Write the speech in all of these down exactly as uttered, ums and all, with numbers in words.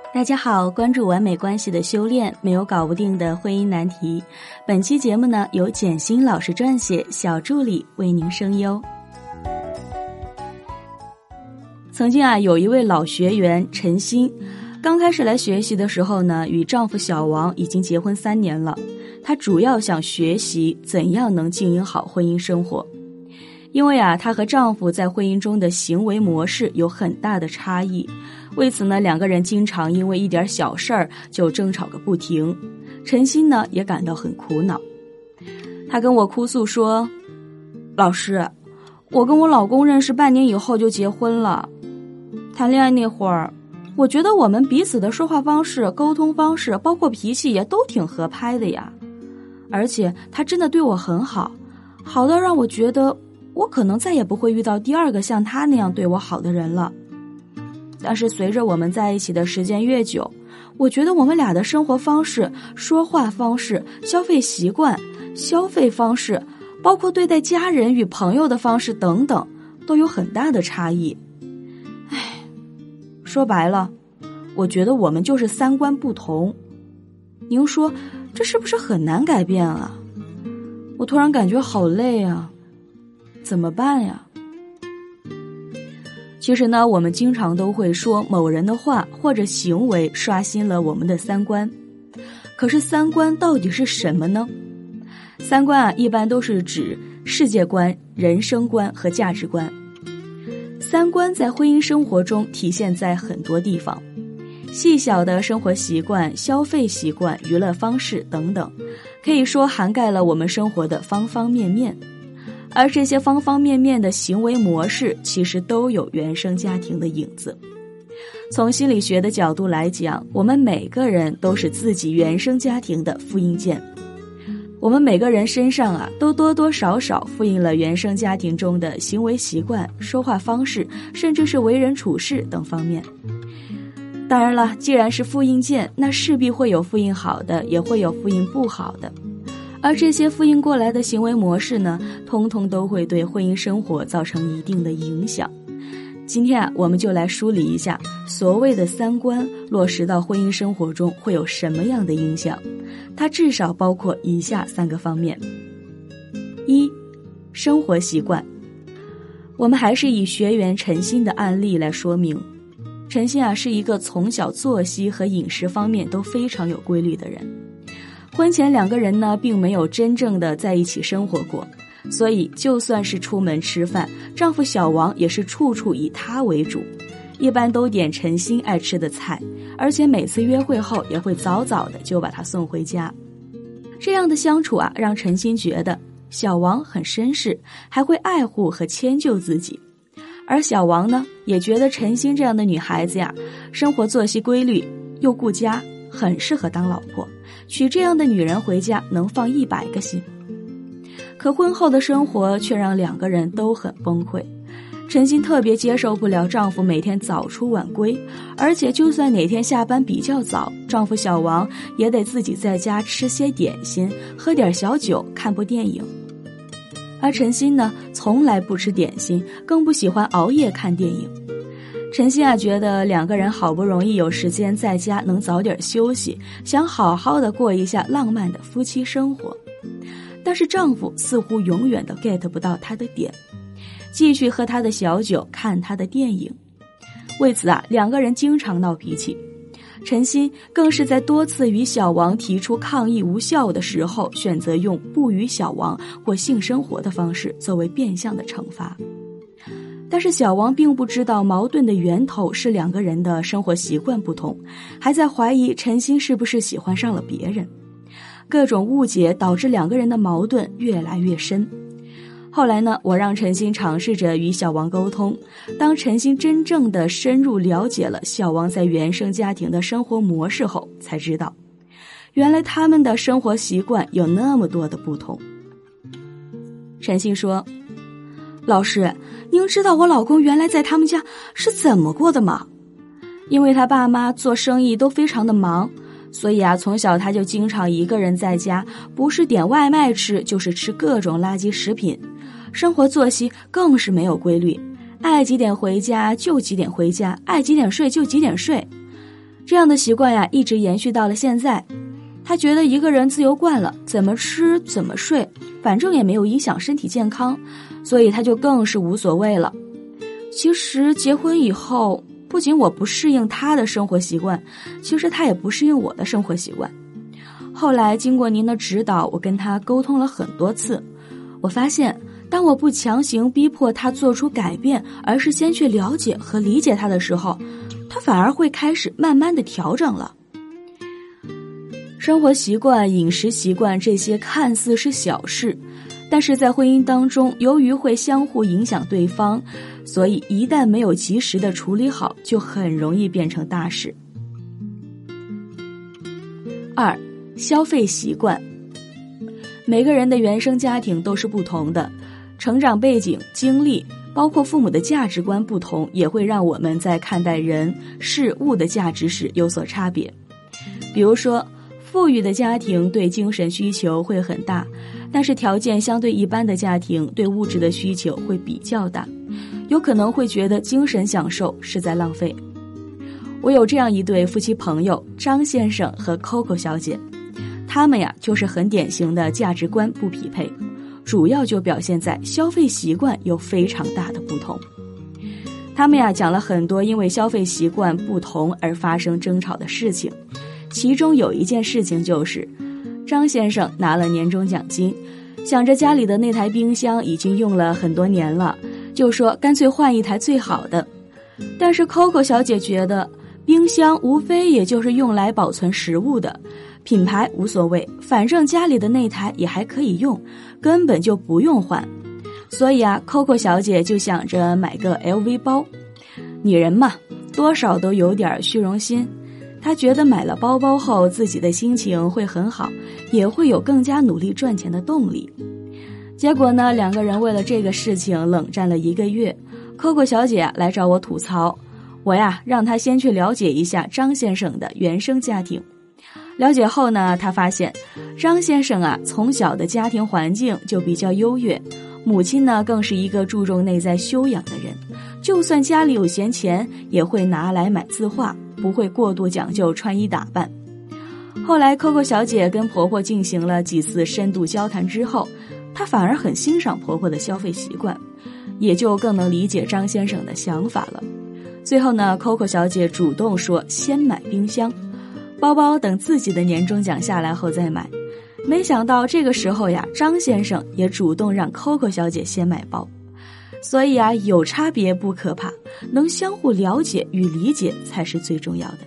大家好，关注完美关系的修炼，没有搞不定的婚姻难题。本期节目呢，由简心老师撰写，小助理为您声优。曾经啊，有一位老学员陈鑫，刚开始来学习的时候呢，与丈夫小王已经结婚三年了。她主要想学习怎样能经营好婚姻生活。因为啊，她和丈夫在婚姻中的行为模式有很大的差异，为此呢，两个人经常因为一点小事儿就争吵个不停。陈鑫呢也感到很苦恼，她跟我哭诉说：老师，我跟我老公认识半年以后就结婚了，谈恋爱那会儿，我觉得我们彼此的说话方式、沟通方式，包括脾气也都挺合拍的呀。而且他真的对我很好，好到让我觉得我可能再也不会遇到第二个像他那样对我好的人了。但是随着我们在一起的时间越久，我觉得我们俩的生活方式、说话方式、消费习惯、消费方式，包括对待家人与朋友的方式等等，都有很大的差异。唉，说白了，我觉得我们就是三观不同。您说这是不是很难改变啊？我突然感觉好累啊，怎么办呀？其实呢，我们经常都会说某人的话或者行为刷新了我们的三观。可是三观到底是什么呢？三观啊，一般都是指世界观、人生观和价值观。三观在婚姻生活中体现在很多地方，细小的生活习惯、消费习惯、娱乐方式等等，可以说涵盖了我们生活的方方面面。而这些方方面面的行为模式，其实都有原生家庭的影子。从心理学的角度来讲，我们每个人都是自己原生家庭的复印件。我们每个人身上啊，都多多少少复印了原生家庭中的行为习惯、说话方式，甚至是为人处事等方面。当然了，既然是复印件，那势必会有复印好的，也会有复印不好的。而这些复印过来的行为模式呢，通通都会对婚姻生活造成一定的影响。今天啊，我们就来梳理一下所谓的三观落实到婚姻生活中会有什么样的影响。它至少包括以下三个方面。一、生活习惯。我们还是以学员陈鑫的案例来说明。陈鑫啊，是一个从小作息和饮食方面都非常有规律的人。婚前两个人呢，并没有真正的在一起生活过，所以就算是出门吃饭，丈夫小王也是处处以他为主，一般都点陈鑫爱吃的菜，而且每次约会后也会早早的就把他送回家。这样的相处啊，让陈鑫觉得小王很绅士，还会爱护和迁就自己。而小王呢，也觉得陈鑫这样的女孩子呀，生活作息规律，又顾家，很适合当老婆，娶这样的女人回家能放一百个心。可婚后的生活却让两个人都很崩溃。陈鑫特别接受不了丈夫每天早出晚归，而且就算哪天下班比较早，丈夫小王也得自己在家吃些点心，喝点小酒，看部电影。而陈鑫呢，从来不吃点心，更不喜欢熬夜看电影。陈鑫啊，觉得两个人好不容易有时间在家能早点休息，想好好的过一下浪漫的夫妻生活。但是丈夫似乎永远都 get 不到她的点，继续喝她的小酒，看她的电影。为此啊，两个人经常闹脾气。陈鑫更是在多次与小王提出抗议无效的时候，选择用不与小王过性生活的方式作为变相的惩罚。但是小王并不知道矛盾的源头是两个人的生活习惯不同，还在怀疑陈鑫是不是喜欢上了别人。各种误解导致两个人的矛盾越来越深。后来呢，我让陈鑫尝试着与小王沟通。当陈鑫真正的深入了解了小王在原生家庭的生活模式后，才知道原来他们的生活习惯有那么多的不同。陈鑫说：老师，您知道我老公原来在他们家是怎么过的吗？因为他爸妈做生意都非常的忙，所以啊，从小他就经常一个人在家，不是点外卖吃，就是吃各种垃圾食品。生活作息更是没有规律，爱几点回家就几点回家，爱几点睡就几点睡。 这样的习惯呀，一直延续到了现在。他觉得一个人自由惯了，怎么吃怎么睡，反正也没有影响身体健康，所以他就更是无所谓了。其实结婚以后，不仅我不适应他的生活习惯，其实他也不适应我的生活习惯。后来经过您的指导，我跟他沟通了很多次，我发现当我不强行逼迫他做出改变，而是先去了解和理解他的时候，他反而会开始慢慢的调整了。生活习惯、饮食习惯这些看似是小事，但是在婚姻当中，由于会相互影响对方，所以一旦没有及时的处理好，就很容易变成大事。二、消费习惯。每个人的原生家庭都是不同的，成长背景、经历，包括父母的价值观不同，也会让我们在看待人、事物的价值时有所差别。比如说，富裕的家庭对精神需求会很大，但是条件相对一般的家庭对物质的需求会比较大，有可能会觉得精神享受是在浪费。我有这样一对夫妻朋友，张先生和 Coco 小姐，他们呀就是很典型的价值观不匹配，主要就表现在消费习惯有非常大的不同。他们呀讲了很多因为消费习惯不同而发生争吵的事情，其中有一件事情就是张先生拿了年终奖金，想着家里的那台冰箱已经用了很多年了，就说干脆换一台最好的。但是 Coco 小姐觉得冰箱无非也就是用来保存食物的，品牌无所谓，反正家里的那台也还可以用，根本就不用换。所以啊 Coco 小姐就想着买个 L V 包。女人嘛，多少都有点虚荣心，她觉得买了包包后自己的心情会很好，也会有更加努力赚钱的动力。结果呢，两个人为了这个事情冷战了一个月。 Coco 小姐来找我吐槽，我呀让她先去了解一下张先生的原生家庭。了解后呢，她发现张先生啊从小的家庭环境就比较优越，母亲呢更是一个注重内在修养的人，就算家里有闲钱也会拿来买字画，不会过度讲究穿衣打扮。后来 Coco 小姐跟婆婆进行了几次深度交谈之后，她反而很欣赏婆婆的消费习惯，也就更能理解张先生的想法了。最后呢 Coco 小姐主动说先买冰箱，包包等自己的年终奖下来后再买。没想到这个时候呀，张先生也主动让 Coco 小姐先买包。所以啊，有差别不可怕，能相互了解与理解才是最重要的。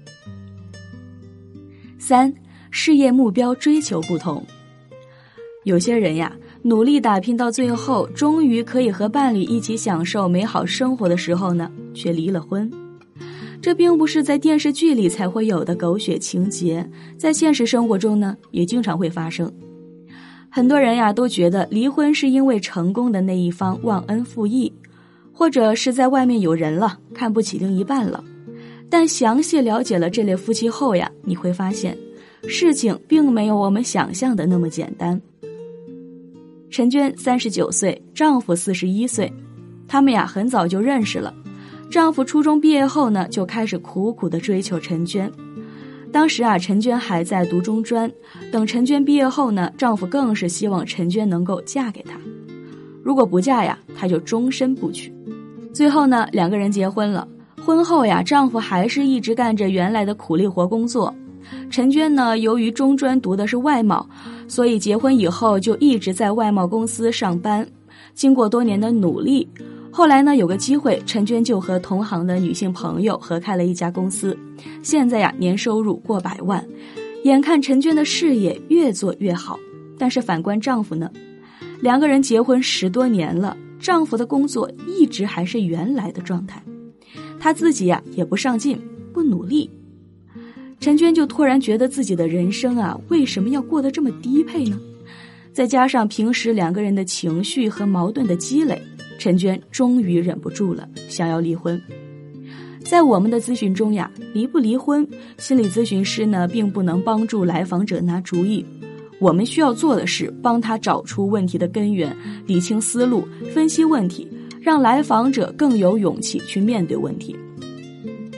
三、事业目标追求不同。有些人呀，努力打拼到最后，终于可以和伴侣一起享受美好生活的时候呢，却离了婚。这并不是在电视剧里才会有的狗血情节，在现实生活中呢，也经常会发生。很多人呀都觉得离婚是因为成功的那一方忘恩负义，或者是在外面有人了，看不起另一半了。但详细了解了这类夫妻后呀，你会发现事情并没有我们想象的那么简单。陈娟三十九岁，丈夫四十一岁，他们呀很早就认识了。丈夫初中毕业后呢，就开始苦苦地追求陈娟。当时啊，陈娟还在读中专，等陈娟毕业后呢，丈夫更是希望陈娟能够嫁给他，如果不嫁呀，他就终身不娶。最后呢，两个人结婚了。婚后呀，丈夫还是一直干着原来的苦力活工作。陈娟呢，由于中专读的是外贸，所以结婚以后就一直在外贸公司上班。经过多年的努力，后来呢，有个机会，陈娟就和同行的女性朋友合开了一家公司，现在呀，年收入过百万。眼看陈娟的事业越做越好，但是反观丈夫呢，两个人结婚十多年了，丈夫的工作一直还是原来的状态，他自己呀也不上进，不努力。陈娟就突然觉得自己的人生啊，为什么要过得这么低配呢？再加上平时两个人的情绪和矛盾的积累，陈娟终于忍不住了，想要离婚。在我们的咨询中呀，离不离婚，心理咨询师呢并不能帮助来访者拿主意，我们需要做的是帮他找出问题的根源，理清思路，分析问题，让来访者更有勇气去面对问题。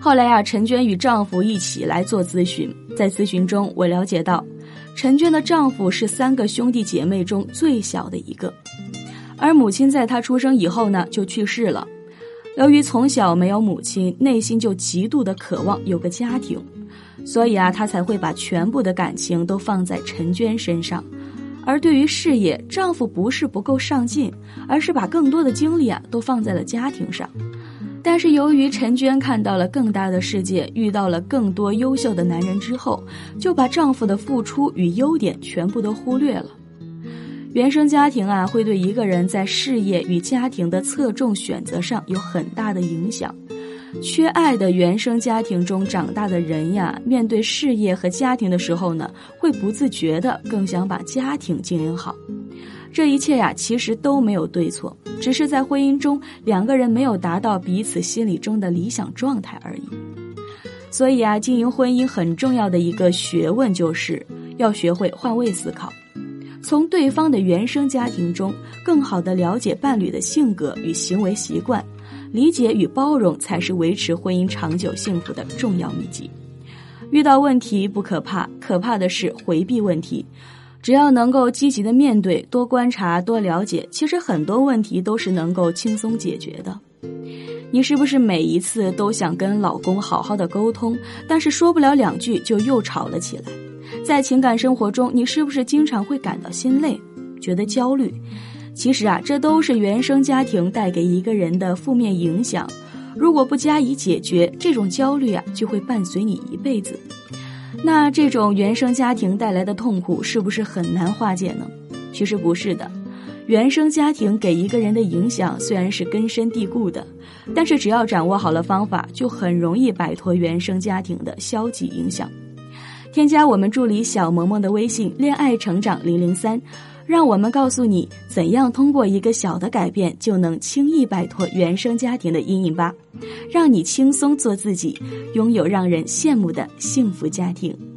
后来啊，陈娟与丈夫一起来做咨询，在咨询中我了解到，陈娟的丈夫是三个兄弟姐妹中最小的一个，而母亲在她出生以后呢就去世了。由于从小没有母亲，内心就极度的渴望有个家庭，所以啊，她才会把全部的感情都放在陈娟身上。而对于事业，丈夫不是不够上进，而是把更多的精力啊都放在了家庭上。但是由于陈娟看到了更大的世界，遇到了更多优秀的男人之后，就把丈夫的付出与优点全部都忽略了。原生家庭啊，会对一个人在事业与家庭的侧重选择上有很大的影响。缺爱的原生家庭中长大的人呀，面对事业和家庭的时候呢，会不自觉的更想把家庭经营好。这一切呀，其实都没有对错，只是在婚姻中两个人没有达到彼此心理中的理想状态而已。所以啊，经营婚姻很重要的一个学问就是要学会换位思考，从对方的原生家庭中更好地了解伴侣的性格与行为习惯，理解与包容才是维持婚姻长久幸福的重要秘籍。遇到问题不可怕，可怕的是回避问题。只要能够积极的面对，多观察，多了解，其实很多问题都是能够轻松解决的。你是不是每一次都想跟老公好好的沟通，但是说不了两句就又吵了起来？在情感生活中，你是不是经常会感到心累，觉得焦虑？其实啊，这都是原生家庭带给一个人的负面影响。如果不加以解决，这种焦虑啊，就会伴随你一辈子。那这种原生家庭带来的痛苦是不是很难化解呢？其实不是的，原生家庭给一个人的影响虽然是根深蒂固的，但是只要掌握好了方法，就很容易摆脱原生家庭的消极影响。添加我们助理小萌萌的微信恋爱成长零零三，让我们告诉你怎样通过一个小的改变就能轻易摆脱原生家庭的阴影吧，让你轻松做自己，拥有让人羡慕的幸福家庭。